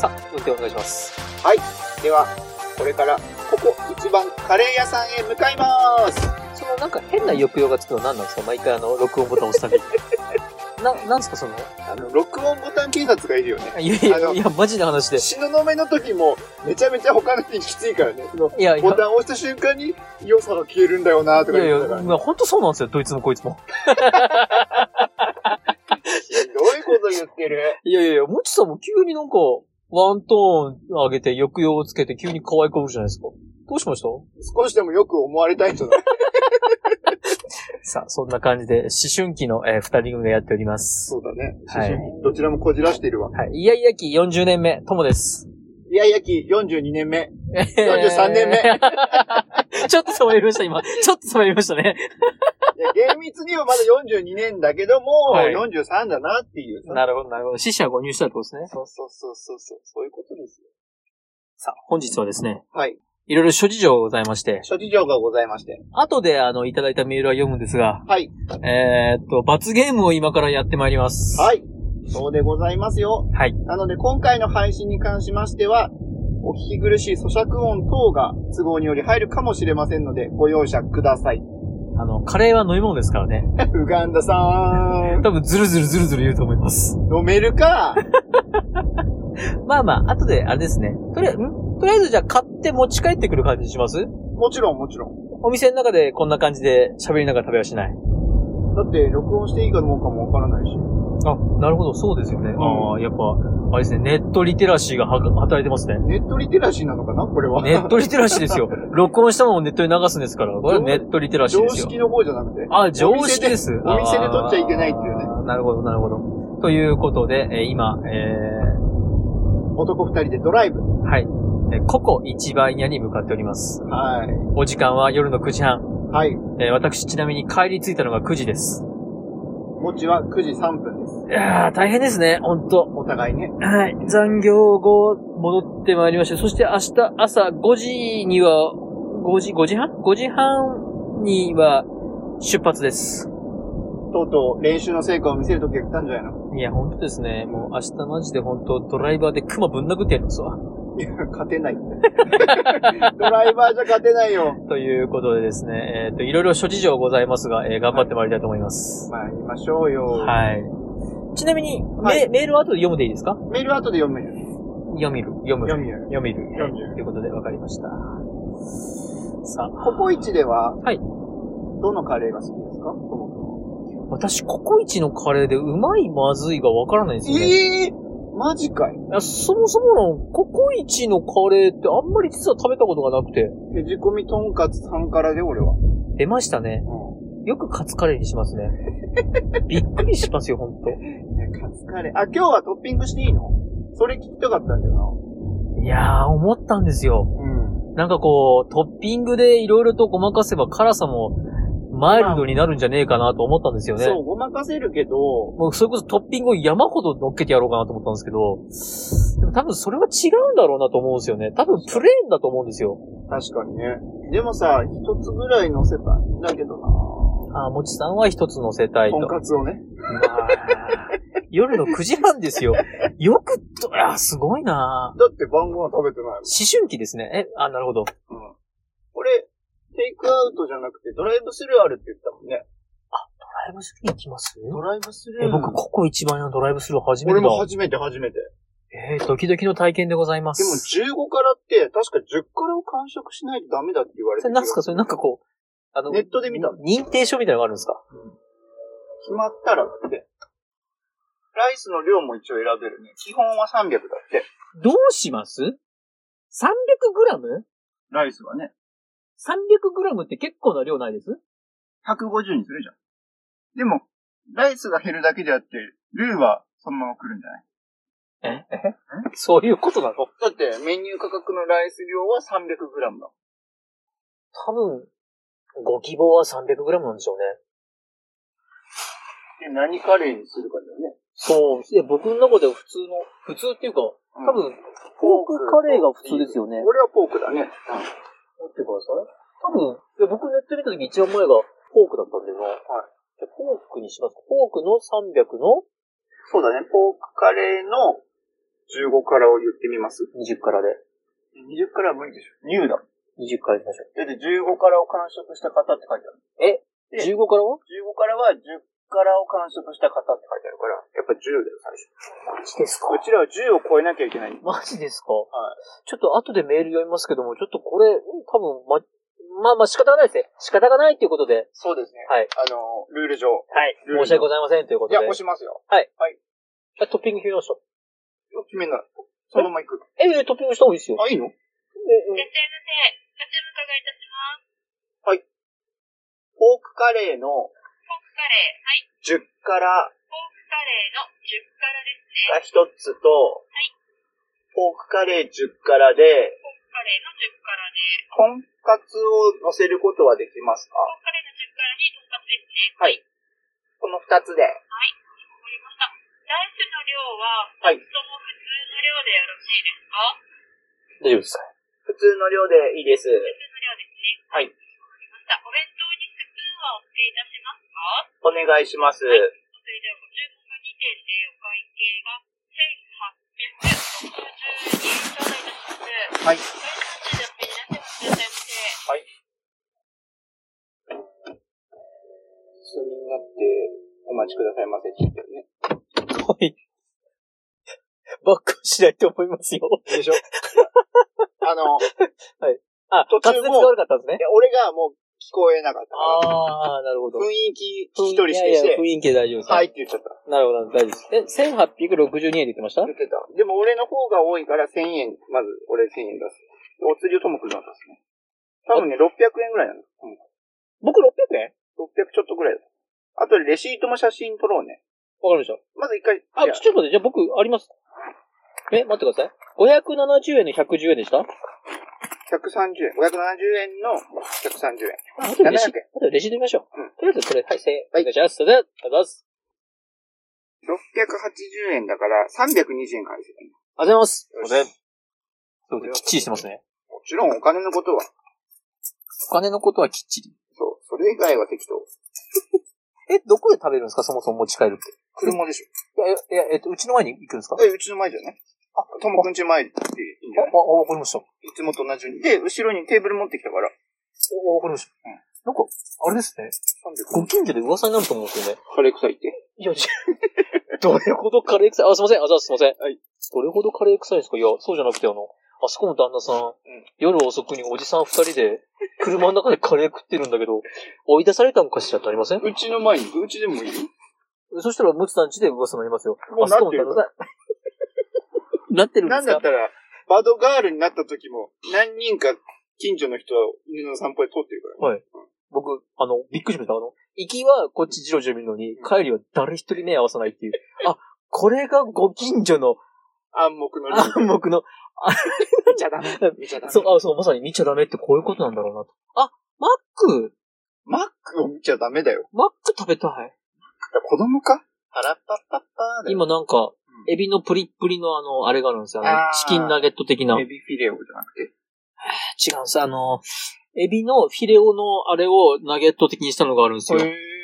さあ、運転お願いします。 はい。では、これから、ここ一番カレー屋さんへ向かいます。 そのなんか変な抑揚がつくのは何なんですか？毎回録音ボタン押すたびに。なんすかその録音ボタン警察がいるよね。 いや、マジな話で。 東雲の時も、めちゃめちゃ他の人にきついからね。 いや、 ボタンを押した瞬間に、良さが消えるんだよなとか言ってたから、ね。 いや、ほんとそうなんですよ、どいつもこいつも。 どういうこと言ってる？ いや、もちさんも急になんか、ワントーン上げて抑揚をつけて急に可愛くなるじゃないですか。どうしました？ 少しでもよく思われたい人だ。 さあ、そんな感じで、思春期の、二人組がやっております。 そうだね。思春期、どちらもこじらしているわ。 はい。イヤイヤ期40年目、ともです。 イヤイヤ期42年目。43年目。 ちょっと触りました、今。ちょっと触りましたね。 いや、厳密にはまだ42年だけども、はい、43だなっていう。 なるほど。死者誤入したってことですね。 そう。そういうことですよ。 さあ、本日はですね。 はい。 いろいろ諸事情がございまして。 諸事情がございまして。 後でいただいたメールは読むんですが。 はい。 罰ゲームを今からやってまいります。 はい。そうでございますよ。 はい。 なので今回の配信に関しましては、お聞き苦しい咀嚼音等が都合により入るかもしれませんので、ご容赦ください。 カレーは飲み物ですからね。 ウガンダさーん。 多分ズルズル言うと思います。 飲めるかまあ、後で、あれですね。とりあえずじゃあ買って持ち帰ってくる感じにします？ もちろん。 お店の中でこんな感じで喋りながら食べはしない。 だって、録音していいかどうかもわからないし。 あ、なるほど、そうですよね。やっぱ、あれですね、ネットリテラシーが働いてますね。 ネットリテラシーなのかなこれは。 ネットリテラシーですよ。録音したものをネットに流すんですから。これはネットリテラシーですよ。 常識の方じゃなくて。 常識です。 お店で撮っちゃいけないっていうね。 なるほど。ということで、今、 男二人でドライブ。 はい。ココ一番屋に向かっております。 はい。 お時間は夜の9時半。 はい。 私ちなみに帰り着いたのが9時です。 もちは9時3分です。 いやー、大変ですね、ほんと。 お互いね。 はい。残業後、戻ってまいりました。そして明日朝5時には、5時半 ?5 時半には出発です。 とうとう練習の成果を見せるときが来たんじゃないの？ いや、ほんとですね。もう明日マジでほんとドライバーでクマぶん殴ってやりますわ。 いや、勝てない。ドライバーじゃ勝てないよ。 ということでですね、いろいろ諸事情ございますが、頑張ってまいりたいと思います。 参りましょうよ。 はい。ちなみに、メールは後で読むでいいですか？ メールは後で読む。 読みる。と読いうことで分かりました。さあ。 ココイチでは、 はい。 どのカレーが好きですか？ 私、ココイチのカレーでうまいまずいが分からないんですよね。 マジかい。 そもそものココイチのカレーってあんまり実は食べたことがなくて。 手仕込みとんかつ3からで俺は。 出ましたね。よくカツカレーにしますね。びっくりしますよ、ほんと。 いや、カツカレー。あ、今日はトッピングしていいの？それ聞きたかったんだよな。いやー、思ったんですよ。なんかこう、トッピングでいろいろとごまかせば辛さもマイルドになるんじゃねえかなと思ったんですよね。 そう、ごまかせるけど、 もうそれこそトッピングを山ほど乗っけてやろうかなと思ったんですけど、でも多分それは違うんだろうなと思うんですよね。多分プレーンだと思うんですよ。 確かにね。でもさ、一つぐらい乗せたいんだけどな。 もちさんは一つ乗せたいと。 とんかつをね。 夜の9時半ですよ。よくすごいな。 だって晩ご飯食べてないもん。 思春期ですね。なるほど。 これ、テイクアウトじゃなくてドライブスルーあるって言ったもんね。 ドライブスルー行きます？ ドライブスルー。 僕、ココ一番屋のドライブスルー初めてだ。 俺も初めて。 ドキドキの体験でございます。 でも15からって、確か10からを完食しないとダメだって言われてる。 それなんすか？それなんかこう、 ネットで見た。 認定書みたいなのがあるんですか？ 決まったらだって。ライスの量も一応選べるね。基本は300だって。 どうします？ 300g？ ライスはね。 300g って結構な量ないです？ 150にするじゃん。でも、ライスが減るだけであって、ルーはそのまま来るんじゃない？ そういうことなの？ だってメニュー価格のライス量は 300g だ。 多分、ご希望は 300g なんでしょうね。 で、何カレーにするかだよね。 そう。僕の中では普通っていうか、多分、ポークカレーが普通ですよね。 俺はポークだね。 待ってください。多分、僕ネット見た時一番前がポークだったんでな。はい。じゃポークにします。ポークの300の？ そうだね。ポークカレーの 15からを言ってみます？ 20からで。 20からは無理でしょ。ニューだ。 20から行きましょう。 だって15からを完食した方って書いてある。 15からは ?15 からは10からを完食した方って書いてあるから、やっぱ10だよ、最初。 マジですか？ うちらは10を超えなきゃいけない。 マジですか？ はい。 ちょっと後でメール読みますけども、ちょっとこれ、多分、仕方がないですね。仕方がないということで。 そうですね。 はい。 ルール上。はい。申し訳ございませんということで。 いや、押しますよ。 はい。 はい。 トッピング決めました。 決めない。そのまま行く。 トッピングした方がいいですよ。 あ、いいの？ いらっしゃいませ。ご注文伺いいたします。 はい。ポークカレーの、 ポークカレー、はい。 10から、 ポークカレーの10からですね。 が1つと、はい。ポークカレー10からで、 ポークカレーの10からで、 とんかつを乗せることはできますか？ ポークカレーの10からにとんかつですね。 はい。この2つで。 はい。わかりました。ライスの量は、はい。とも普通の量でよろしいですか？ 大丈夫ですか？ 普通の量でいいです。 普通の量ですね。 はい。 わかりました。お弁当にスプーンはお付けいたしますか？ お願いします。 はい。それではご注文が2点でお会計が1862円頂戴いたします。 はい。 はい。 数人になってお待ちくださいませって言ったよね。 はい。バックしないと思いますよ。 でしょ？ はい。 途中も滑舌が悪かったんですね。 いや、俺がもう聞こえなかったから。 なるほど。 雰囲気聞き取りして。 雰囲気で大丈夫です。 はいって言っちゃった。 なるほど、大丈夫です。1862円で言ってました？ 言ってた。でも俺の方が多いから1000円、まず俺1000円出す。お釣りをともくんの出すね。多分ね、600円ぐらいなの。 僕600円？ 600 ちょっとぐらいだ。あとでレシートも写真撮ろうね。 わかりました。 まず一回。 ちょっと待って、じゃあ僕、あります。待ってください。570円の110円でした？ 130円。570円の130円。 あとレシート見ましょう。とりあえずこれ、はい、お願いします。それでは、ありがとうございます。 680円だから320円返せばいい。 ありがとうございます。そうで、きっちりしてますね。 もちろんお金のことは。 お金のことはきっちり。 そう。それ以外は適当。 どこで食べるんですか？そもそも持ち帰るって。 車でしょ。 うちの前に行くんですか？ うちの前じゃね。ともくんち前でいいんじゃない？ わかりました。いつもと同じように。で、後ろにテーブル持ってきたから。 わかりました。なんか、あれですね。ご近所で噂になると思うんですよね。 カレー臭いって。 いや、どれほどカレー臭い？すいません。すいません。はい。どれほどカレー臭いですか？いや、そうじゃなくてあそこの旦那さん、夜遅くにおじさん2人で、車の中でカレー食ってるんだけど、追い出されたんかしらってありません？ うちの前に、うちでもいい？ そしたら、ムツさん家で噂になりますよ。 もうなってる。 なってるんですか？ なんだったら、バドガールになった時も、何人か近所の人は犬の散歩で通ってるから、 ね。はい。僕、びっくりしました。行きはこっちジロジロ見るのに、帰りは誰一人目合わさないっていう。これがご近所の暗黙の。見ちゃダメ。 そう、まさに見ちゃダメってこういうことなんだろうなと。マックを見ちゃダメだよ。 マック食べたい。 子供か？パラッパッパッパー今なんか、エビのプリップリのあれがあるんですよ。チキンナゲット的な。 エビフィレオじゃなくて？ 違うんです。エビのフィレオのあれをナゲット的にしたのがあるんですよ。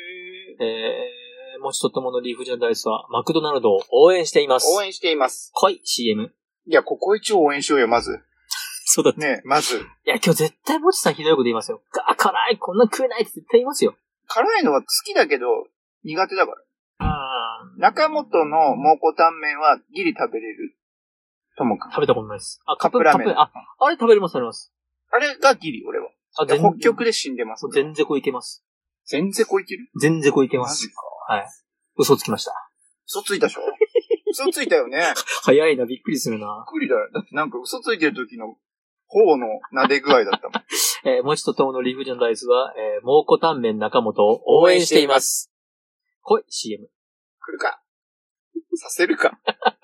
もちとってものリーフジャンダイスはマクドナルドを応援しています。 応援しています。 はい、CM。 いや、ここ一応応援しようよ、まず。 そうだね、まず。 いや、今日絶対もちさんひどいこと言いますよ。辛い、こんな食えないって絶対言いますよ。 辛いのは好きだけど、苦手だから。中本の蒙古タンメンはギリ食べれる。ともか。 食べたことないです。 カップラーメン。 あれ食べれます、あります。 あれがギリ、俺は。北極で死んでます。 全然こいけます。 全然こいける？ 全然こいけます。 マジか。 はい。嘘つきました。 嘘ついたでしょ？嘘ついたよね。 早いな、びっくりするな。 びっくりだよ。だってなんか嘘ついてる時の頬の撫で具合だったもん。 もちととものリーフジャンダイスは、蒙古タンメン中本を応援しています。はい、CM。 来るか。させるか。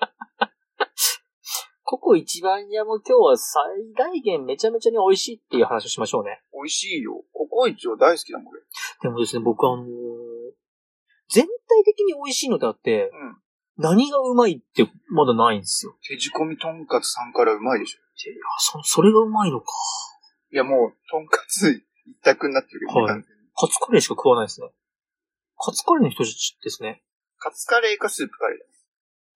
ココ一番屋も今日は最大限めちゃめちゃに美味しいっていう話をしましょうね。 美味しいよ。ココイチは大好きだもん、俺。 でもですね、僕全体的に美味しいのであって、何がうまいってまだないんですよ。 手仕込みとんかつさんからうまいでしょ。 いや、それがうまいのか。 いや、もう、とんかつ一択になってるけど、ね。 はい。カツカレーしか食わないですね。カツカレーの人ですね。 カツカレーかスープカレーだ。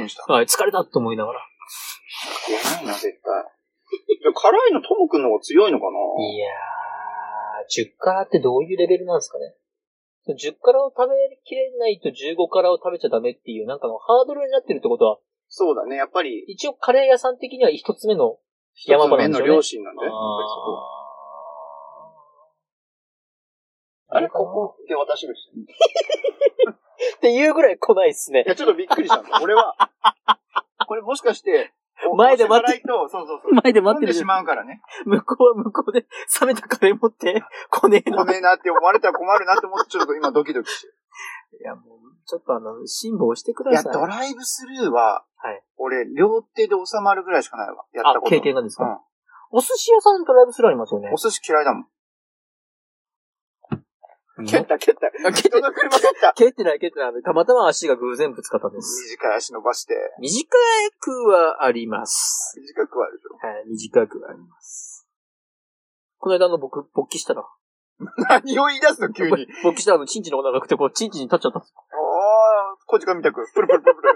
見した。 はい、疲れたと思いながら。 食えないな、絶対。辛いのトム君の方が強いのかな？ いやー、10辛ってどういうレベルなんですかね。10辛を食べきれないと15辛を食べちゃダメっていう、なんかのハードルになってるってことは、 そうだね、やっぱり。 一応カレー屋さん的には一つ目の山場なんですよね。 の両親なんで。あれ、ここって私口っていうぐらい来ないっすね。 いや、ちょっとびっくりしたんだ。俺は、これもしかして、 前で待って、 そう。 前で待ってる。 飲んでしまうからね。 向こうは向こうで冷めたカレー持って、来ねえなって思われたら困るなって思って、ちょっと今ドキドキしてる。 いや、もう、ちょっと辛抱してください。 いや、ドライブスルーは、はい。俺、両手で収まるぐらいしかないわ。やったこと。 経験がですか？うん。お寿司屋さんドライブスルーありますよね。 お寿司嫌いだもん。蹴った。人の車蹴った。 蹴ってない。たまたま足が偶然ぶつかったんです。 短い足伸ばして。 短くはあります。 短くはあるでしょ。 はい、短くはあります。この間僕、勃起したら。 何を言い出すの急に。 勃起したらチンチのお腹がくて、チンチに立っちゃったんです。 こじかみたく。プル。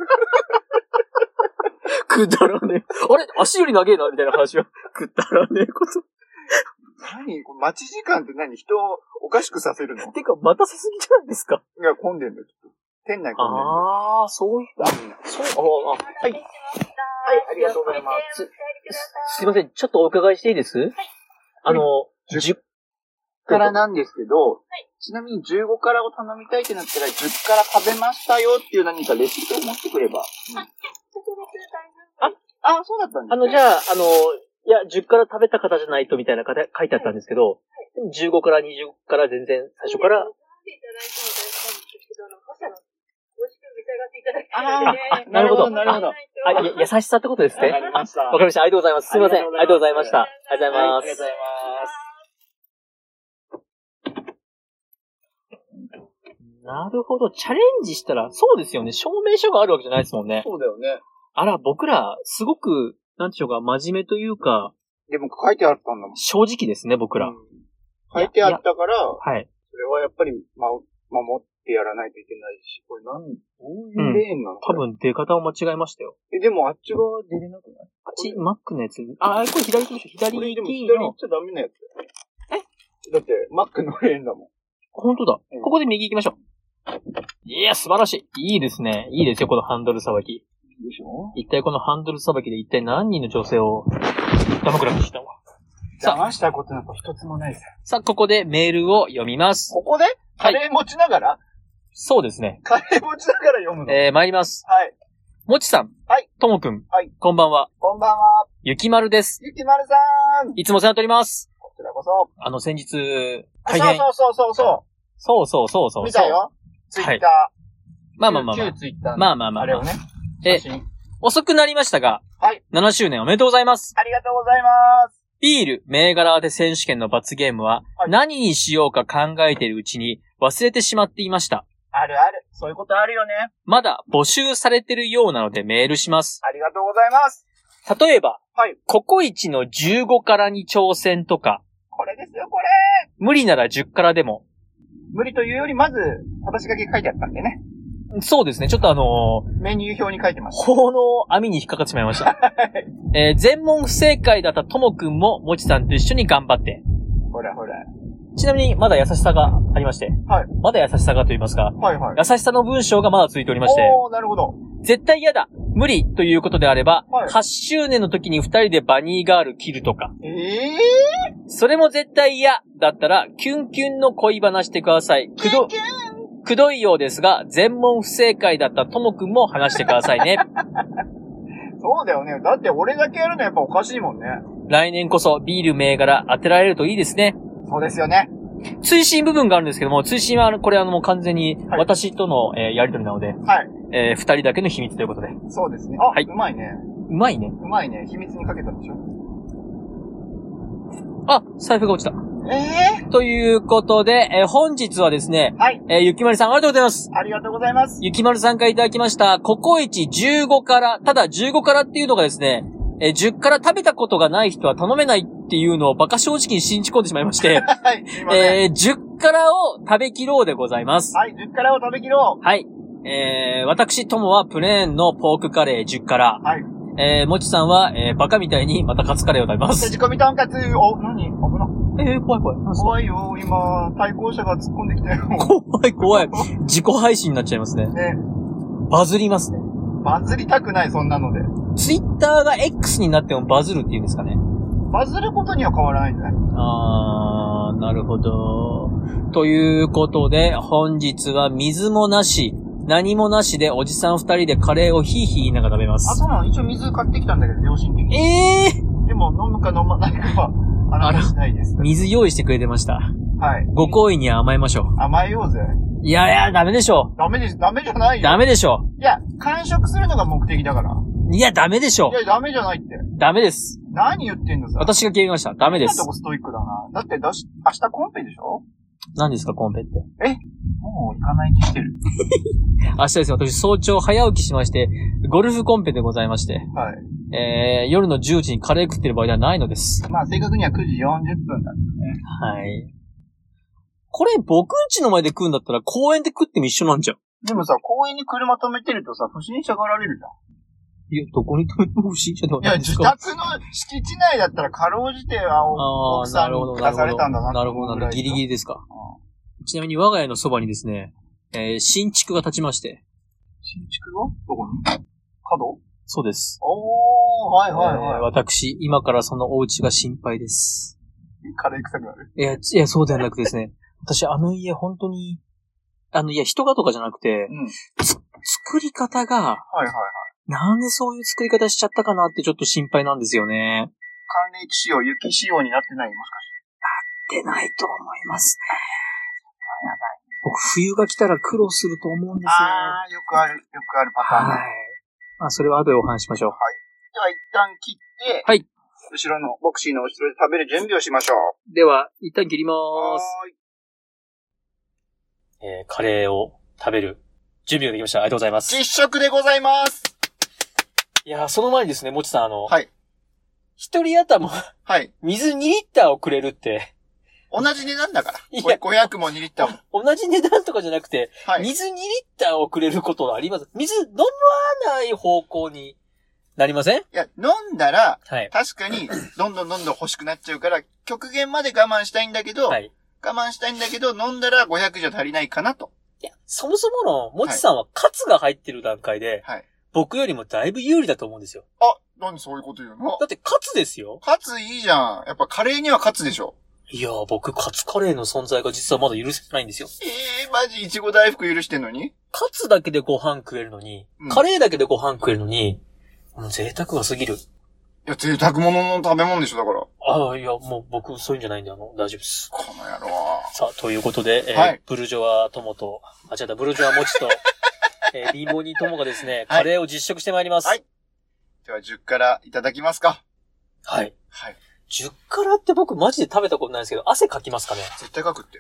くだらねえ。あれ足より長えなみたいな話は。くだらねえこと。 待ち時間って人をおかしくさせるの？ てか、待たせすぎじゃないですか。 いや、混んでんだよ、ちょっと。店内混んでんだよ。 ああ、そういう、はい。 はい、ありがとうございます。 すいません、ちょっとお伺いしていいです？はい。10 辛なんですけど、ちなみに15辛を頼みたいってなったら、10辛食べましたよっていう何かレシピを持ってくれば。そうだったんですね。 じゃあ、いや、10辛食べた方じゃないとみたいな書いてあったんですけど、15辛、20辛全然最初から。なるほど。優しさってことですね。わかりました。ありがとうございます。すいません。ありがとうございました。ありがとうございます。なるほど。チャレンジしたら、そうですよね。証明書があるわけじゃないですもんね。 そうだよね。 僕ら、すごく、なんていうか、真面目というか。 でも書いてあったんだもん。 正直ですね、僕ら。 書いてあったから、 はい。 それはやっぱり、守ってやらないといけないし、これどういうレーンなの？ 多分出方を間違えましたよ。 でもあっち側出れなくない？ あっち、マックのやつ。これ左行きましょう。左行きの。左行っちゃダメなやつだよね。だって、マックのレーンだもん。 本当だ。ここで右行きましょう。いや、素晴らしい。いいですね。いいですよ、このハンドルさばき。 でしょ？ 一体このハンドルさばきで一体何人の女性を騙くらくしたわ。 騙したことなんか一つもないです。 さあ、ここでメールを読みます。 ここでカレー持ちながら？ そうですね。 カレー持ちながら読むの？ 参ります。 はい。 もちさん。 はい。 ともくん。 はい。 こんばんは。 こんばんは。 ゆきまるです。 ゆきまるさん。 いつもお世話になっております。 こちらこそ。 先日、 大変。 そう。 見たよ。ツイッター。 まあ。 旧ツイッター。 まあ。 あれをね。 遅くなりましたが、 はい。 7周年おめでとうございます。 ありがとうございます。 ビール、銘柄当て選手権の罰ゲームは、何にしようか考えているうちに忘れてしまっていました。 ある。そういうことあるよね。 まだ募集されてるようなのでメールします。 ありがとうございます。 例えば、 はい。 ココイチの15辛に挑戦とか。 これですよ、これ。 無理なら10辛でも。 無理というより、まず、私書き書いてあったんでね。 そうですね。ちょっとメニュー表に書いてました。 法の網に引っかかってしまいました。全問不正解だったともくんも、もちさんと一緒に頑張って。 ほらほら。 ちなみに、まだ優しさがありまして。 はい。 まだ優しさがと言いますか。 はいはい。 優しさの文章がまだ続いておりまして。 おー、なるほど。 絶対嫌だ。無理ということであれば、 はい、 8周年の時に2人でバニーガール切るとか。それも絶対嫌だったら、キュンキュンの恋話してください。くどいようですが、全問不正解だったともくんも話してくださいね。 そうだよね。だって俺だけやるのやっぱおかしいもんね。 来年こそビール銘柄当てられるといいですね。 そうですよね。 追伸部分があるんですけども、追伸はこれもう完全に私との、やりとりなので、 はい。 2人だけの秘密ということで。 そうですね。あ、 はい。 うまいね。 うまいね。 うまいね。秘密にかけたんでしょ。 あ、財布が落ちた。ということで、本日はですね、 はい。 ゆきまるさんありがとうございます。 ありがとうございます。 ゆきまるさんからいただきました、ココイチ15辛。ただ15辛っていうのがですね、10辛食べたことがない人は頼めないっていうのをバカ正直に信じ込んでしまいまして、 はい、すいません。 10辛を食べきろうでございます。 はい、10辛を食べきろう。 はい。私ともはプレーンのポークカレー10辛。 はい。 もちさんは、バカみたいにまたカツカレーを食べます。 仕込みとんかつ、お、何危な。 怖い怖い。 怖いよ、今、対向車が突っ込んできたよ。 怖い怖い。自己配信になっちゃいますね。 ね。 バズりますね。 バズりたくない、そんなので。 ツイッターが X になってもバズるっていうんですかね。 バズることには変わらないんじゃない？ なるほど。ということで、本日は水もなし、何もなしでおじさん2人でカレーをヒーヒー言いながら食べます。 あ、そうなの？一応水買ってきたんだけど、良心的に。でも飲むか飲まないかは、話しないです。 水用意してくれてました。はい。ご好意には甘えましょう。 甘えようぜ。 いや、ダメでしょ。 ダメじゃないよ。 ダメでしょ。 いや、完食するのが目的だから。 いや、ダメでしょ。 いや、ダメじゃないって。 ダメです。 何言ってんのさ。 私が決めました。ダメです。 そんなとこストイックだな。だって明日コンペでしょ？ 何ですか、コンペって。 もう行かない気してる。 明日ですよ、私早朝早起きしまして、ゴルフコンペでございまして。 はい。 夜の10時にカレー食ってる場合ではないのです。 まあ、正確には9時40分なんですね。 はい。これ、僕ん家の前で食うんだったら公園で食っても一緒なんじゃん。 でもさ、公園に車止めてるとさ、不審者がられるじゃん。 いや、どこに止めても不審者ではないですか。 いや、自宅の敷地内だったらかろうじて奥さんに出されたんだな。 なるほど、ギリギリですか。ちなみに我が家のそばにですね、新築が建ちまして。 新築はどこに？角？ そうです。 はいはいはい。 私、今からそのお家が心配です。 カレー臭くなる？ いや、そうではなくてですね、私家本当に、人がとかじゃなくて、作り方が、 はいはいはい。 なんでそういう作り方しちゃったかなってちょっと心配なんですよね。 寒冷地仕様、雪仕様になってない？もしかして。なってないと思いますね。僕、冬が来たら苦労すると思うんですよ。 よくあるパターン。 はい。まあ、それは後でお話しましょう。 はい。では、一旦切って、 はい。 後ろの、ボクシーの後ろで食べる準備をしましょう。 では、一旦切りまーす。カレーを食べる準備ができました。ありがとうございます。 実食でございます。 いやー、その前にですね、もちさんはい。 一人頭、 はい。 水2リッターをくれるって。 同じ値段だから。いや、500も2リッターも。 同じ値段とかじゃなくて、 はい、 水2リッターをくれることはあります。水飲まない方向になりません？ いや、飲んだら、 はい、 確かに、どんどん欲しくなっちゃうから、極限まで我慢したいんだけど、 はい、 我慢したいんだけど、飲んだら500じゃ足りないかなと。 いや、そもそもの、もちさんはカツが入ってる段階で、 はい、 僕よりもだいぶ有利だと思うんですよ。 なんでそういうこと言うの？ だってカツですよ。 カツいいじゃん。やっぱカレーにはカツでしょ。 いやー、僕、カツカレーの存在が実はまだ許せてないんですよ。 マジいちご大福許してんのに？ カツだけでご飯食えるのに、カレーだけでご飯食えるのに、贅沢が過ぎる。いや、贅沢物の食べ物でしょ、だから。 いや、もう僕、そういうんじゃないんで、大丈夫です。 この野郎。 さあ、ということで、 はい、 ブルジョワトモと、ブルジョワモチと、リンボニートモがですね、カレーを実食してまいります。はい。 では、10からいただきますか。 はい。 はい。 10辛って僕マジで食べたことないんですけど、汗かきますかね？ 絶対かくって。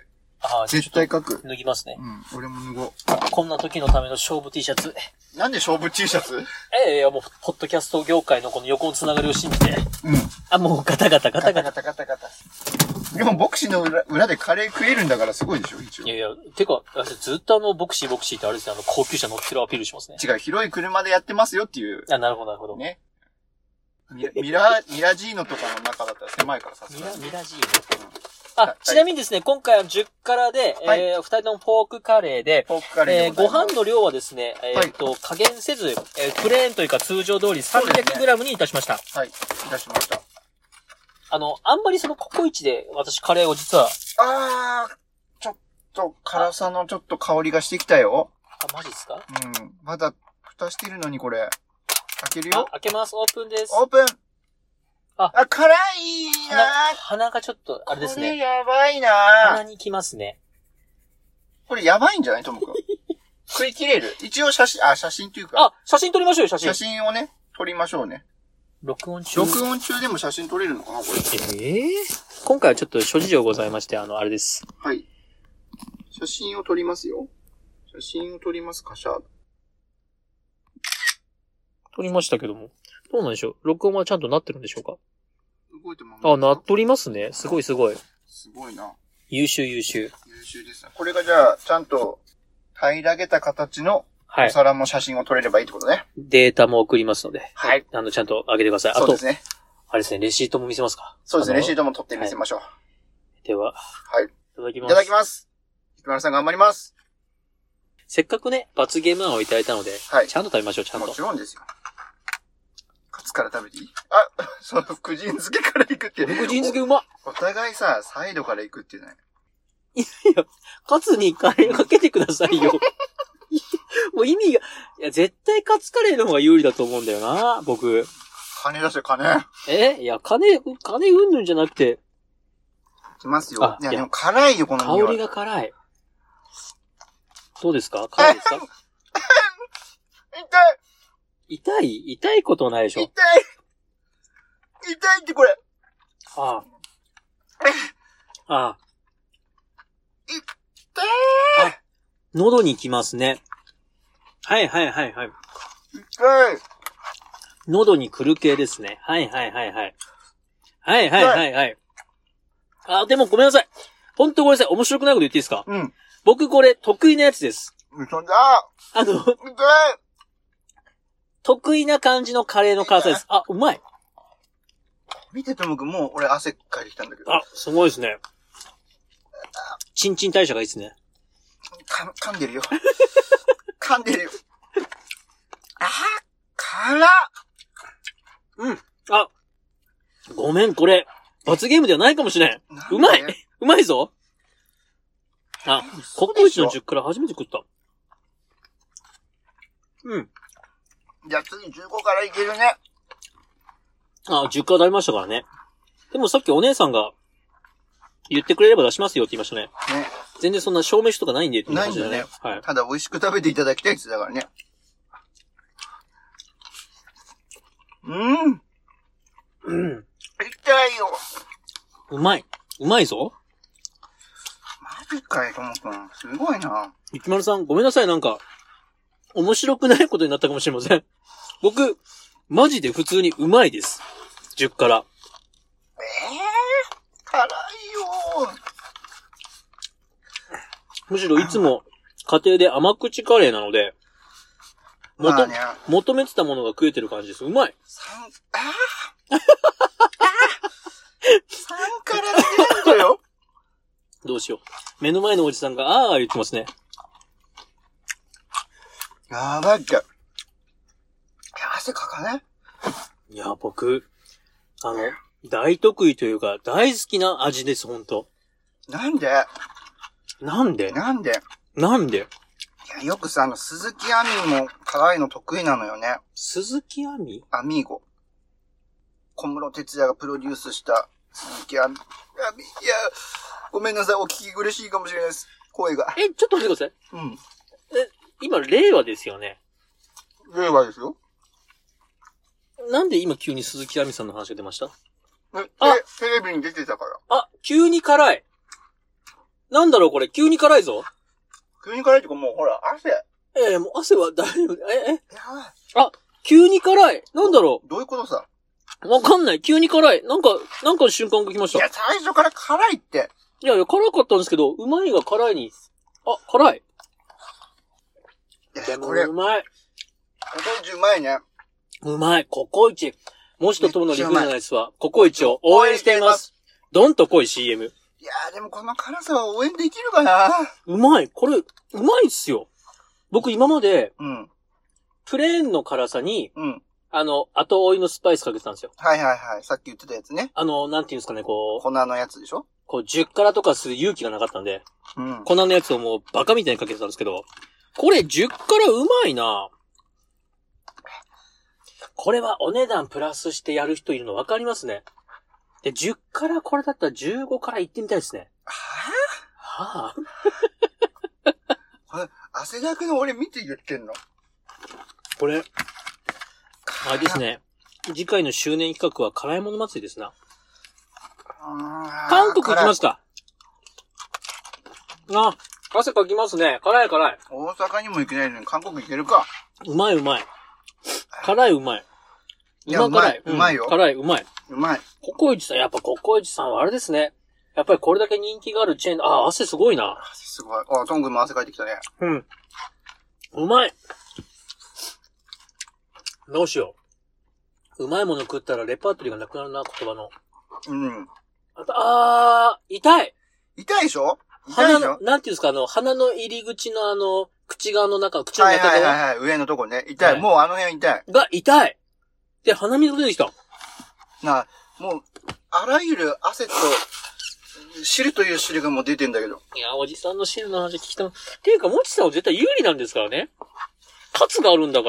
絶対書く。 脱ぎますね。 俺も脱ごう。 こんな時のための勝負 T シャツ。 なんで勝負 T シャツ？ もう、ポッドキャスト業界のこの横のつながりを信じて。もうガタガタ。 でも、ボクシーの裏でカレー食えるんだからすごいでしょ、一応。 いや、てか、ずっとボクシーってあれですね、高級車乗ってるアピールしますね。 違う、広い車でやってますよっていう。 なるほど。 ね。ミラジーノとかの中だったら狭いからさすがに。 ミラジーノ。ちなみにですね、今回は10辛で、2人ともポークカレーで、ご飯の量はですね、加減せず、プレーンというか通常通り 300g にいたしました。 はい、いたしました。 あんまりそのココイチで私カレーを実は。 ちょっと辛さのちょっと香りがしてきたよ。 マジですか？ まだ蓋してるのにこれ。開けるよ。 開けます。オープンです。 オープン。辛いな鼻がちょっと、あれですね。 これやばいな鼻にきますね。 これやばいんじゃないともくん。食い切れる。一応写真っていうか。 写真撮りましょうよ、写真。 写真をね、撮りましょうね。 録音中でも写真撮れるのかなこれ。 今回はちょっと諸事情ございまして、あれです。 はい。写真を撮りますよ。写真を撮りますかしゃ。 撮りましたけども。どうなんでしょう？録音はちゃんとなってるんでしょうか？ 動いてもなっとりますね。すごい。すごいな。 優秀。 優秀ですね。これがじゃあ、ちゃんと平げた形のお皿の写真を撮れればいいってことね。 データも送りますので。 はい。 ちゃんと上げてください。 そうですね。 あれですね、レシートも見せますか？ そうですね、レシートも撮って見せましょう。 では。 はい。 いただきます。 いただきます。菊丸さん頑張ります。 せっかくね、罰ゲーム案をいただいたので、ちゃんと食べましょう、ちゃんと。 もちろんですよ。カツから食べていい？その福神漬けから行くって。 福神漬けうまっ。 お互いさ、サイドから行くってね。 いや、カツにカレーかけてくださいよ。もう意味が、絶対カツカレーの方が有利だと思うんだよな、僕。 金出せ、金。 いや、金うんぬんじゃなくて。 いきますよ。いや、でも辛いよ、この匂い。 香りが辛い。どうですか？辛いですか？痛いことないでしょ？ 痛いってこれ。痛い。 喉にきますね。はい。 痛い。 喉に来る系ですね。はい。でもごめんなさい。ほんとごめんなさい。面白くないこと言っていいですか？僕これ得意なやつです。 嘘だ。 得意な感じのカレーの辛さです。うまい。 見てともくんもう俺汗かいてきたんだけど。 すごいですね。チンチン代謝がいいですね。 噛んでるよ。辛っ。 ごめん、これ、罰ゲームではないかもしれん。うまいぞ。ココイチの10から初めて食った。 じゃあ次15からいけるね。 10から食べましたからね。でもさっきお姉さんが言ってくれれば出しますよって言いましたね。全然そんな証明書とかないんでって言いましたね。 ないんだね。ただ美味しく食べていただきたいって言ってたからね。痛いよ。 うまいぞ。 マジかよ、ともくん。すごいな。 ゆきまるさん、ごめんなさい、面白くないことになったかもしれません。僕、マジで普通にうまいです。10から。 辛いよ。 むしろいつも家庭で甘口カレーなので、求めてたものが食えてる感じです。うまい。 3から出るんだよ。 どうしよう。目の前のおじさんが言ってますね。 やばいっけ。汗かかね？ いや、僕、大得意というか、大好きな味です、ほんと。 なんでいや、よくさ、鈴木亜美も辛いの得意なのよね。 鈴木亜美？ アミーゴ。小室哲哉がプロデュースした鈴木亜美。いや、ごめんなさい、お聞き苦しいかもしれないです。声が。 ちょっと待ってください。今、令和ですよね。 令和ですよ。 なんで今急に鈴木亜美さんの話が出ました？ テレビに出てたから。 急に辛い。 なんだろうこれ、急に辛いぞ。 急に辛いってかもうほら、汗。 もう汗は大丈夫。 やばい。 急に辛い。なんだろどういうことさ。 う。わかんない。急に辛い。なんかの瞬間が来ました。 いや、最初から辛いって。 いや、辛かったんですけど、うまいが辛いに。あ、辛い。でも、うまい。 ココイチうまいね。 うまい。ココイチ。もしととものリクじゃないですわ。ココイチを応援しています。どんと濃い CM。 いやーでもこの辛さは応援できるかな。 うまい。これ、うまいっすよ。僕今まで、プレーンの辛さに、後追いのスパイスかけてたんですよ。 はいはいはい。さっき言ってたやつね。 なんていうんですかね、こう。 粉のやつでしょ？ こう、10辛とかする勇気がなかったんで、粉のやつをもうバカみたいにかけてたんですけど、これ10辛うまいな。これはお値段プラスしてやる人いるの分かりますね。で、10辛これだったら15辛行ってみたいですね。はぁこれ、汗だくの俺見て言ってんの？ これ、あれですね。次回の周年企画は辛いもの祭りですな。韓国行きますか？汗かきますね。辛い。 大阪にも行けないのに韓国行けるか。 うまい。辛いうまい。 うまいよ。 辛い、うまい。 うまい。 ココイチさん、やっぱココイチさんはあれですね。やっぱりこれだけ人気があるチェーン、汗すごいな。 汗すごい。トングも汗かいてきたね。 うまい。どうしよう。うまいもの食ったらレパートリーがなくなるな、言葉の。痛い。 痛いでしょ？ 鼻の、なんていうんですか、鼻の入り口の口側の中、口の中側。 はい、上のとこね。痛い。もうあの辺痛い。 痛い。で、鼻水が出てきた。 もう、あらゆる汗と、汁という汁がもう出てんだけど。 いや、おじさんの汁の話聞きた。っていうか、もちさんは絶対有利なんですからね。カツがあるんだから。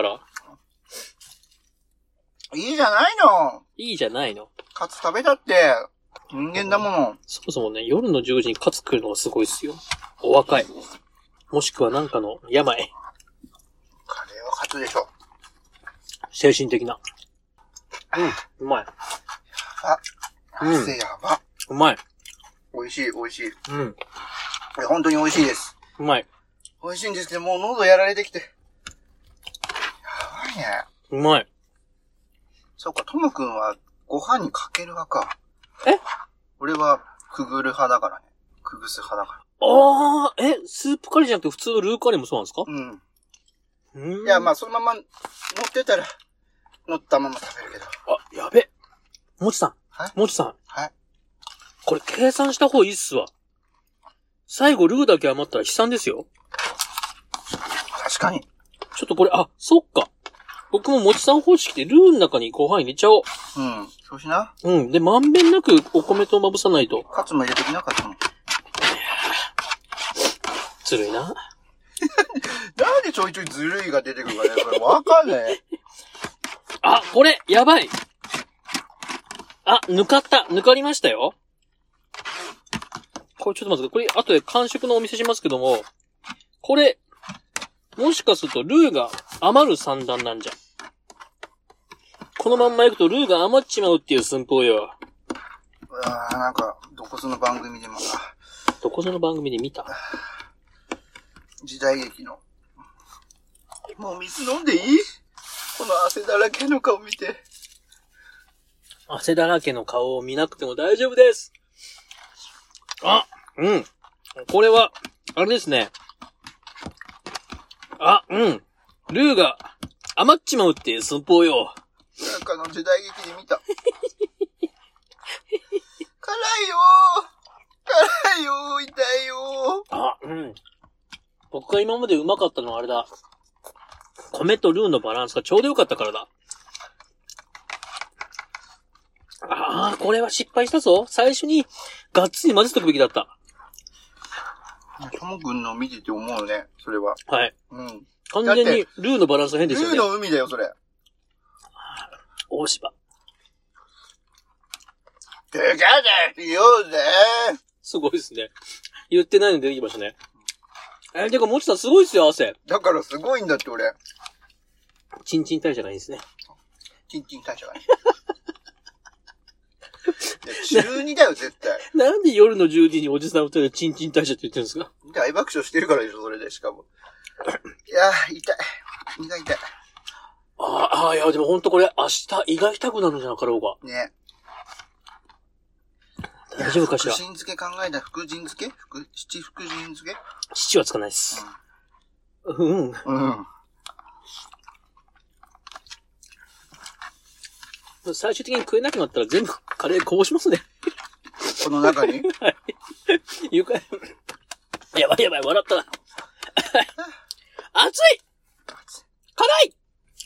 いいじゃないの。 いいじゃないの。 カツ食べたって、人間だもの。 そもそもね、夜の10時にカツ食うのがすごいっすよ。お若い。もしくはなんかの病。 カレーはカツでしょ。 精神的な。うまい。 汗やば。 うまい。 美味しい。本当に美味しいです。 うまい。 美味しいんですけど、もう喉やられてきて。やばいね。 うまい。 そうか、トム君はご飯にかける派か。俺はくぐる派だからね。くぐす派だから。 スープカレーじゃなくて普通のルーカレーもそうなんですか？ いや、そのまま乗ってたら、乗ったまま食べるけど。 やべ。もちさん。 はい。 これ計算した方がいいっすわ。最後ルーだけ余ったら悲惨ですよ。 確かに。 ちょっとこれ、そっか。僕ももちさん方式でルーの中にご飯入れちゃおう。 そうしな。 で、まんべんなくお米とまぶさないと。 カツも入れてきなかったもん。 ずるいな。 なんでちょいちょいずるいが出てくるかね、これわかんない。 これ、やばい。抜かりましたよ。これちょっと待って、これ後で完食のお見せしますけども、これ、もしかするとルーが余る算段なんじゃ。このまんまいくとルーが余っちまうっていう寸法よ。 なんか、どこその番組で見た？ 時代劇の。もう水飲んでいい？この汗だらけの顔見て。 汗だらけの顔を見なくても大丈夫です。これは、あれですね。ルーが余っちまうっていう寸法よ。 なんかの時代劇で見た。辛いよ痛いよ僕が今までうまかったのはあれだ。米とルーのバランスがちょうどよかったからだ。これは失敗したぞ。最初にがっつり混ぜとくべきだった。 トム君の見てて思うね、それは。 はい。完全にルーのバランス変ですよね。 ルーの海だよ、それ。 大芝。 てかだよぜ。 すごいですね。言ってないの出てきましたね。てか、もちさんすごいっすよ、汗。 だからすごいんだって俺。 チンチン代謝がいいですね。 チンチン代謝がね。 12だよ、絶対。 なんで夜の10時におじさん二人でチンチン大社って言ってるんですか？ 大爆笑してるからでしょ、それで、しかも。いやー、痛い。胃が痛い。 いや、でもほんとこれ、明日胃が痛くなるんじゃなかろうが。 ね。 大丈夫かしら。 福神漬け考えた福神漬け七福神漬け七はつかないです。うん。最終的に食えなくなったら全部カレーこぼしますね。 この中にはい。やばい、笑ったな。熱い辛い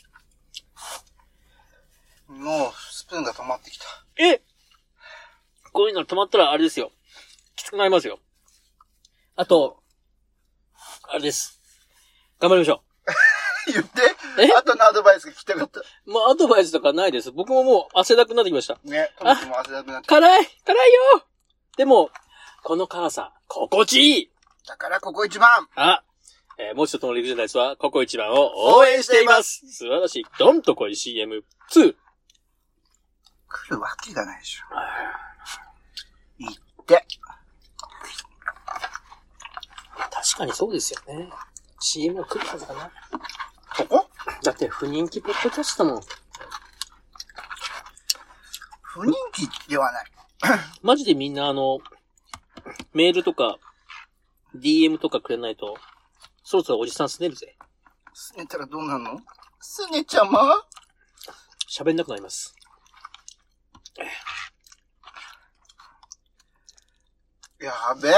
もう、スプーンが止まってきた。 こういうの止まったらあれですよ。きつくなりますよ。あと、あれです。頑張りましょう。言って。あとのアドバイスが聞きたかった。 もうアドバイスとかないです。僕ももう汗だくになってきました。 ね、トマトも汗だくになってきた。 辛いよでも、この辛さ、心地いいだからここ一番もう一つの陸上ダイスは、ここ一番を応援しています。素晴らしい。ドンとこい CM2。来るわけがないでしょ。いって。 確かにそうですよね。CM は来るはずだな。 ここ？ だって不人気ポッドキャストも。 不人気ではない。 マジでみんなメールとか、DM とかくれないと、そろそろおじさんすねるぜ。 すねたらどうなんの？すねちゃま？ 喋んなくなります。 やべ。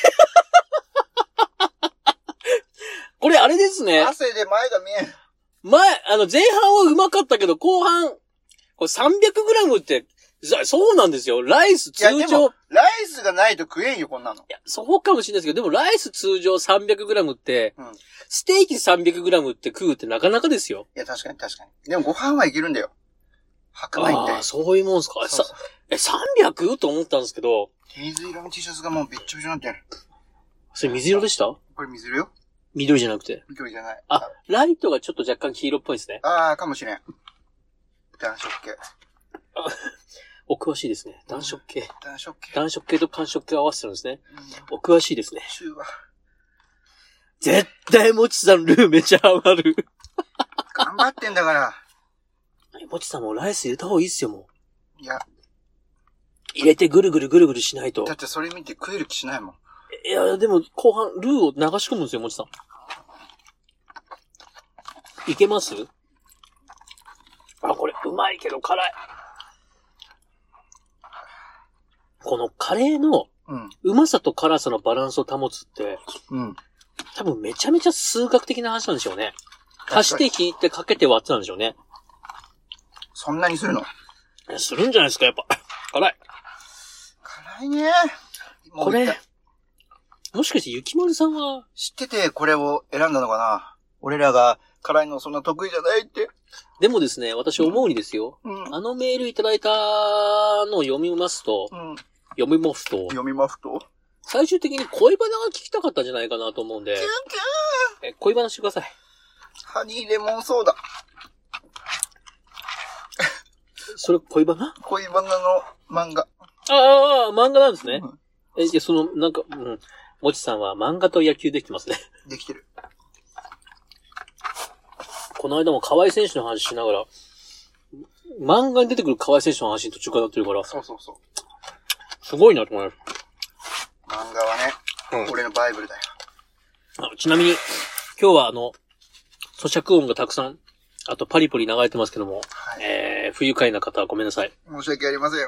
これあれですね。 汗で前が見えん。 前半はうまかったけど、後半、これ 300g って、そうなんですよ。ライス通常。いやでも、 ライスがないと食えんよ、こんなの。いや、そうかもしれないですけど、でもライス通常 300g って、ステーキ 300g って食うってなかなかですよ。 いや、確かに。でもご飯はいけるんだよ。白米って。 そういうもんすか。 そう 300? と思ったんですけど。 水色の T シャツがもうびっちょびちょになってる。 それ水色でした？ これ水色よ。 緑じゃなくて。 緑じゃない。 ライトがちょっと若干黄色っぽいですね。 かもしれん。暖色系。 お詳しいですね。暖色系。 暖色系と寒色系を合わせてるんですね。お詳しいですね。 中和。 絶対もちさんルーめちゃハマる。 頑張ってんだから。 もちさんもライス入れた方がいいっすよ、もう。 いや。 入れてぐるぐるしないと。 だってそれ見て食える気しないもん。 いや、でも後半ルーを流し込むんですよ、もちさん。いけます？これうまいけど辛い。このカレーのうまさと辛さのバランスを保つって、多分めちゃめちゃ数学的な話なんでしょうね。足して引いてかけて割ってなんでしょうね。 そんなにするの？ するんじゃないですか、やっぱ。辛いね。これ、もしかしてゆきまるさんは知っててこれを選んだのかな？俺らが辛いのそんな得意じゃないって。 でもですね、私思うにですよ。あのメールいただいたのを読みますと、最終的に恋バナが聞きたかったんじゃないかなと思うんで、恋バナしてください。 ハニーレモンソーダ。 それ恋バナ？ 恋バナの漫画。 漫画なんですね。もちさんは漫画と野球できてますね。 できてる。 この間も河合選手の話しながら、漫画に出てくる河合選手の話に途中からなってるから。 そう。 すごいなと思います。 漫画はね、俺のバイブルだよ。 ちなみに、今日は咀嚼音がたくさん、あとパリポリ流れてますけども、不愉快な方はごめんなさい。 申し訳ありません。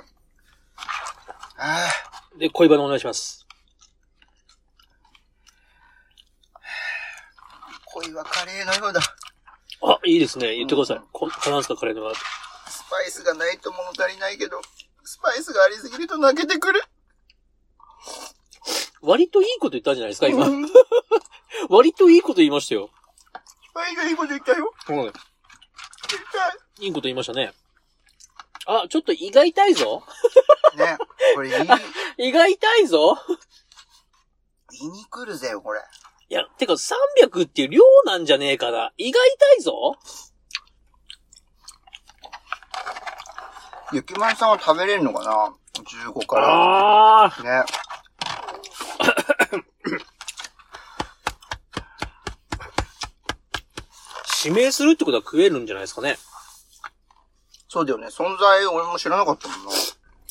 で、恋バナお願いします。 恋はカレーのようだ。 いいですね。言ってください。なんですか、カレーのようだ。 スパイスがないと物足りないけど、スパイスがありすぎると泣けてくる。 割といいこと言ったんじゃないですか、今。割といいこと言いましたよ。 いいこと言ったよ。 いいこと言いましたね。ちょっと胃が痛いぞ。 ね、これ胃が痛いぞ。 胃に来るぜよ、これ。 いや、てか300っていう量なんじゃねえかな。胃が痛いぞ。 ゆきまるさんは食べれるのかな？ 15から。 あね。 指名するってことは食えるんじゃないですかね。 そうだよね。存在俺も知らなかったもんな。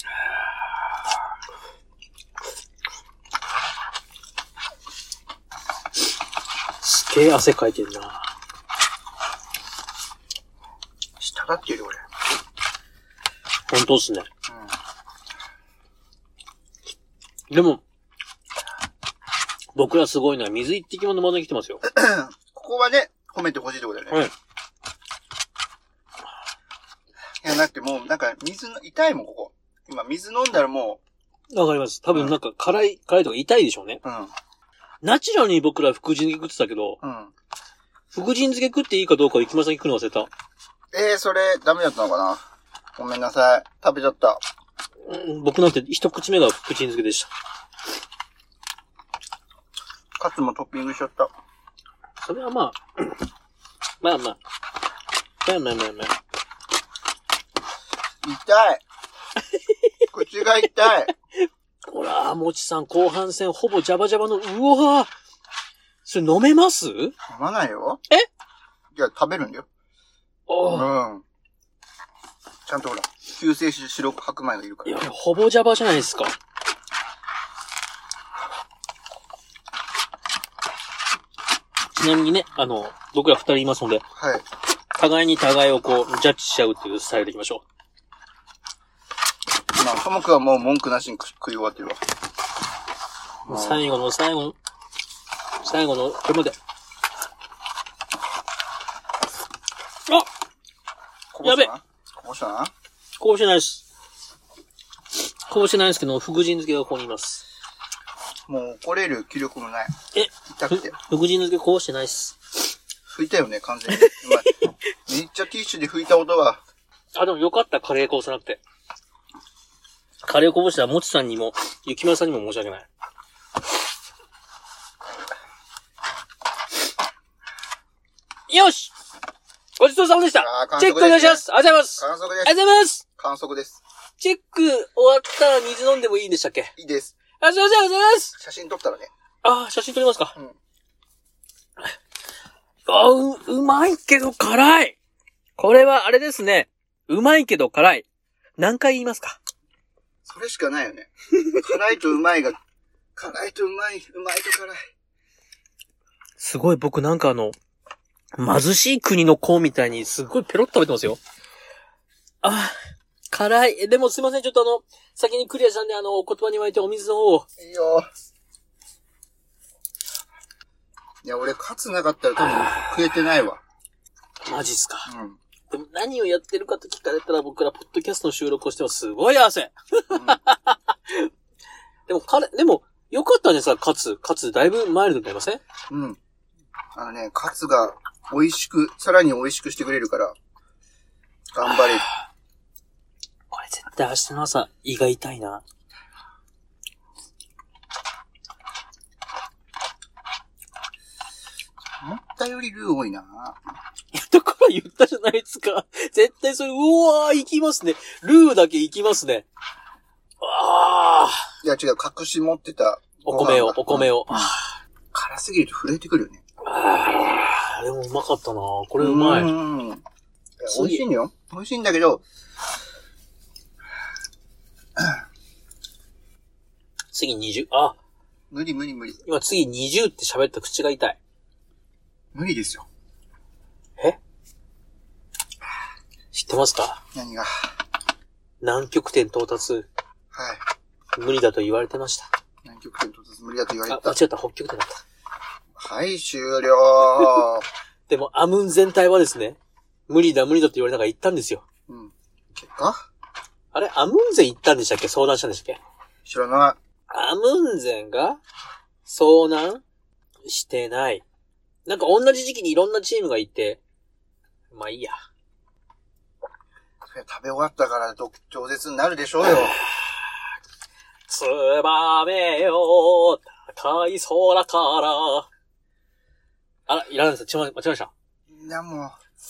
すげえ汗かいてるな。 下だってるよ俺。 本当っすね。でも、僕らすごいのは水一滴も飲まずに来てますよ。 ここはね、褒めてほしいところだよね。 はい。 いや、だってもう、なんか、痛いもん、ここ。今、水飲んだらもわかります。多分なんか辛いとか痛いでしょうね。 う、うん。 ナチュラルに僕ら福神漬け食ってたけど、 うん。 福神漬け食っていいかどうか行きまさんに食うの忘れた。 それ、ダメだったのかな？ごめんなさい。食べちゃった。 僕なんて一口目が福神漬けでした。 カツもトッピングしちゃった。 それはまあ、まあ。 痛い。口が痛い。 ほら、もちさん後半戦ほぼジャバジャバの、うわぁそれ飲めます？飲まないよ。じゃあ食べるんだよ。 うん。 ちゃんとほら、救世主白白米がいるから。 いや、ほぼジャバじゃないですか。ちなみにね、僕ら二人いますので、 はい。 互いに互いをこう、ジャッジしちゃうっていうスタイルでいきましょう。まあ、ともくはもう文句なしに食い終わってるわ。 最後の、これまで。やべこぼしたなこぼしてないです。こぼしてないんですけど、福神漬けがここにいます。 もう怒れる気力もない。痛くて。 福神漬けこぼしてないっす。 拭いたよね、完全に。めっちゃティッシュで拭いた音が。 でもよかった、カレーこぼさなくて。カレーこぼしたら、もちさんにも、ゆきまるさんにも申し訳ない。よしごちそうさまでした。チェックお願いします。ありがとうございます。 完食です。 ありがとうございます。 完食です。 チェック終わったら水飲んでもいいんでしたっけ？ いいです。 すいません、ありがとうございます。 写真撮ったらね。 写真撮りますか。うまいけど辛い。これはあれですね。うまいけど辛い。何回言いますか？ それしかないよね。辛いとうまいが、辛いとうまいと辛い。 すごい僕なんか貧しい国の子みたいにすごいペロッと食べてますよ。辛い。でもすいません、ちょっと先にクリアしたんでお言葉に沸いてお水の方を。 いいよ。いや、俺カツなかったら多分食えてないわ。 マジっすか。 うん。 でも何をやってるかと聞かれたら僕らポッドキャストの収録をしてはすごい汗。うん、でも、よかったねさ、カツだいぶマイルドになりません？ うん。カツがさらに美味しくしてくれるから、頑張れる。 これ絶対明日の朝、胃が痛いな。 思ったよりルー多いな。 だから言ったじゃないですか。絶対それ、うわー、いきますね。ルーだけいきますね。 いや違う、隠し持ってたお米を。 辛すぎると震えてくるよね。 でもうまかったな。これうまい。 美味しいんよ。美味しいんだけど、 次20。 無理。 今次20って喋った口が痛い。 無理ですよ。 知ってますか？ 何が？ 南極点到達。 はい。 無理だと言われてました。 南極点到達無理だと言われた。 間違った、北極点だった。 はい、終了。 でも、アムン全体はですね、無理だと言われながら行ったんですよ。 うん。結果？ あれ、アムンゼン行ったんでしたっけ？遭難したんでしたっけ？ 知らない。 アムンゼンが遭難してない。なんか同じ時期にいろんなチームがいて、まあいいや。 食べ終わったから饒舌になるでしょうよ。 つばめよ、高い空から。いらないです。間違えました。 いやもう。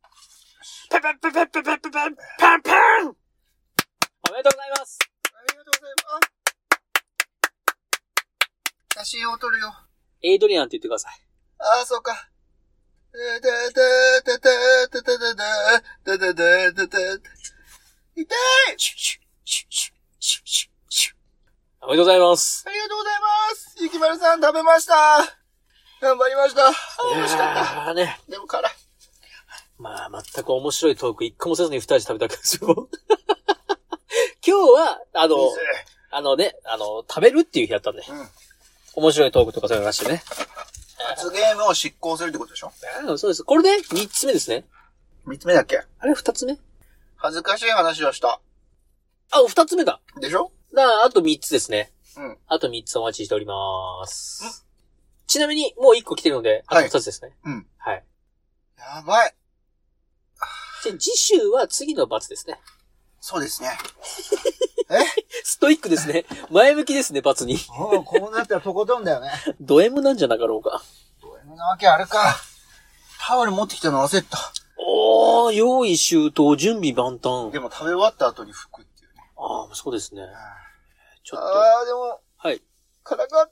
ペペペペペペペペパンパンおめでとうございます。 ありがとうございます。写真を撮るよ。 エイドリアンって言ってください。 ああ、そうか。痛い。 おめでとうございます。 ありがとうございます。ゆきまるさん食べました。頑張りました。美味しかった。 ね。 でも辛い。 まあ、全く面白いトーク一個もせずに二人で食べたわけですよ。今日は、食べるっていう日だったんで。面白いトークとかそういうのらしいね。 罰ゲームを執行するってことでしょ？ そうです。これで3つ目ですね。 3つ目だっけ？ あれ2つ目？ 恥ずかしい話をした。 あ、2つ目だ。 でしょ？ あと3つですね。あと3つお待ちしております。ちなみに、もう1個来てるので、あと2つですね。はい。 やばい。 じゃあ、次週は次の罰ですね。 そうですね。 ストイックですね。前向きですね、罰に。 こうなったらとことんだよね。 ド M なんじゃなかろうか。 ド M なわけあるか。タオル持ってきたの忘れた。 用意周到、準備万端。 でも食べ終わった後に拭くっていうね。 そうですね。ちょっと。 でも。 はい。 辛かった。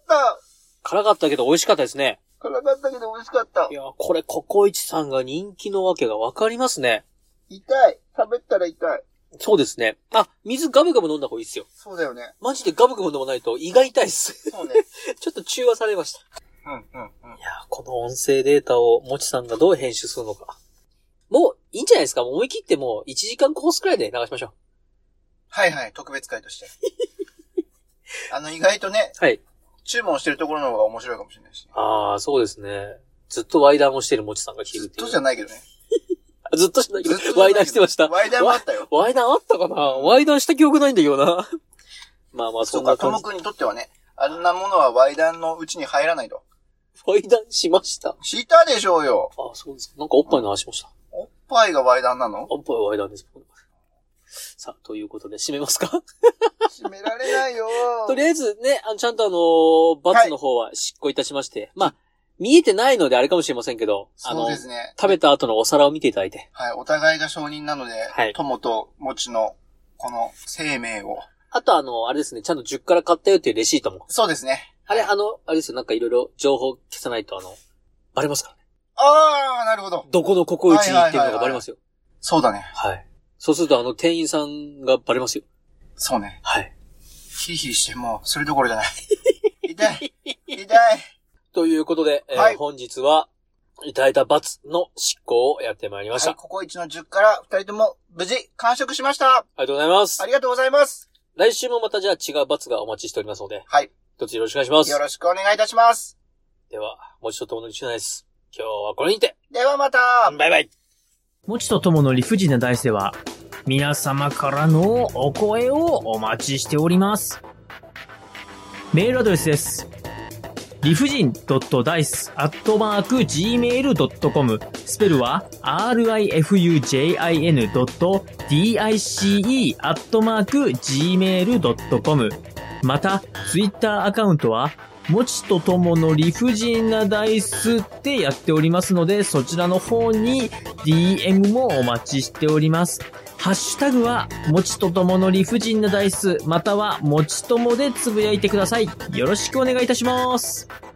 辛かったけど美味しかったですね。 辛かったけど美味しかった。 いや、これココイチさんが人気のわけがわかりますね。 痛い。食べたら痛い。 そうですね。水ガブガブ飲んだ方がいいですよ。 そうだよね。 マジでガブガブ飲まないと胃が痛いっす。 そうね。 ちょっと中和されました。いや、この音声データをもちさんがどう編集するのか。もういいんじゃないですか。もう思い切ってもう1時間コースくらいで流しましょう。 はいはい。特別会として。意外とね。 はい。 注文してるところの方が面白いかもしれないし、ね。 そうですね。ずっとワイダンをしてるもちさんが聞いてるっていう。 ずっとじゃないけどね。 ずっとしないけど、ワイダンしてました。 ワイダンもあったよ。 ワイダンあったかな、ワイダンした記憶ないんだけどな。まあ、そんな感じ。 ともくんにとってはね、あんなものはワイダンのうちに入らないと。 ワイダンしました。 したでしょうよ。 そうですか。なんかおっぱいの話しました。 おっぱいがワイダンなの？ おっぱいはワイダンです。さあ、ということで、締めますか？ 締められないよ。 とりあえずね、ちゃんと罰の方は執行いたしまして、まあ、見えてないのであれかもしれませんけど、 そうですね。 食べた後のお皿を見ていただいて。 はい、お互いが承認なので、 はい。 友ともちの、この生命を。 あとあれですね、ちゃんと10から買ったよっていうレシートも。 そうですね。 あれですよ、なんかいろいろ情報消さないとバレますからね。 なるほど。 どこのココイチっていうのがバレますよ。 そうだね。 はい。そうすると店員さんがバレますよ。 そうね。 はい。 ヒリヒリしてもう、それどころじゃない。痛い痛い。痛い。 ということで、 はい本日は、いただいた罰の執行をやってまいりました。 はい、ココイチの10から2人とも無事完食しました。 ありがとうございます。 ありがとうございます。 来週もまたじゃあ違う罰がお待ちしておりますので、 はい。 一つよろしくお願いします。 よろしくお願いいたします。 では、もちととものリフジナです。今日はこれにて。 ではまた。 バイバイ。 もちとともの理不尽なダイスでは、皆様からのお声をお待ちしております。メールアドレスです。理不尽 .dice@gmail.com スペルは rifujin.dice@gmail.com また、ツイッターアカウントは、もちとともの理不尽なダイスってやっておりますので、そちらの方に DM もお待ちしております。ハッシュタグは、もちとともの理不尽なダイス、または、もちともでつぶやいてください。よろしくお願いいたします。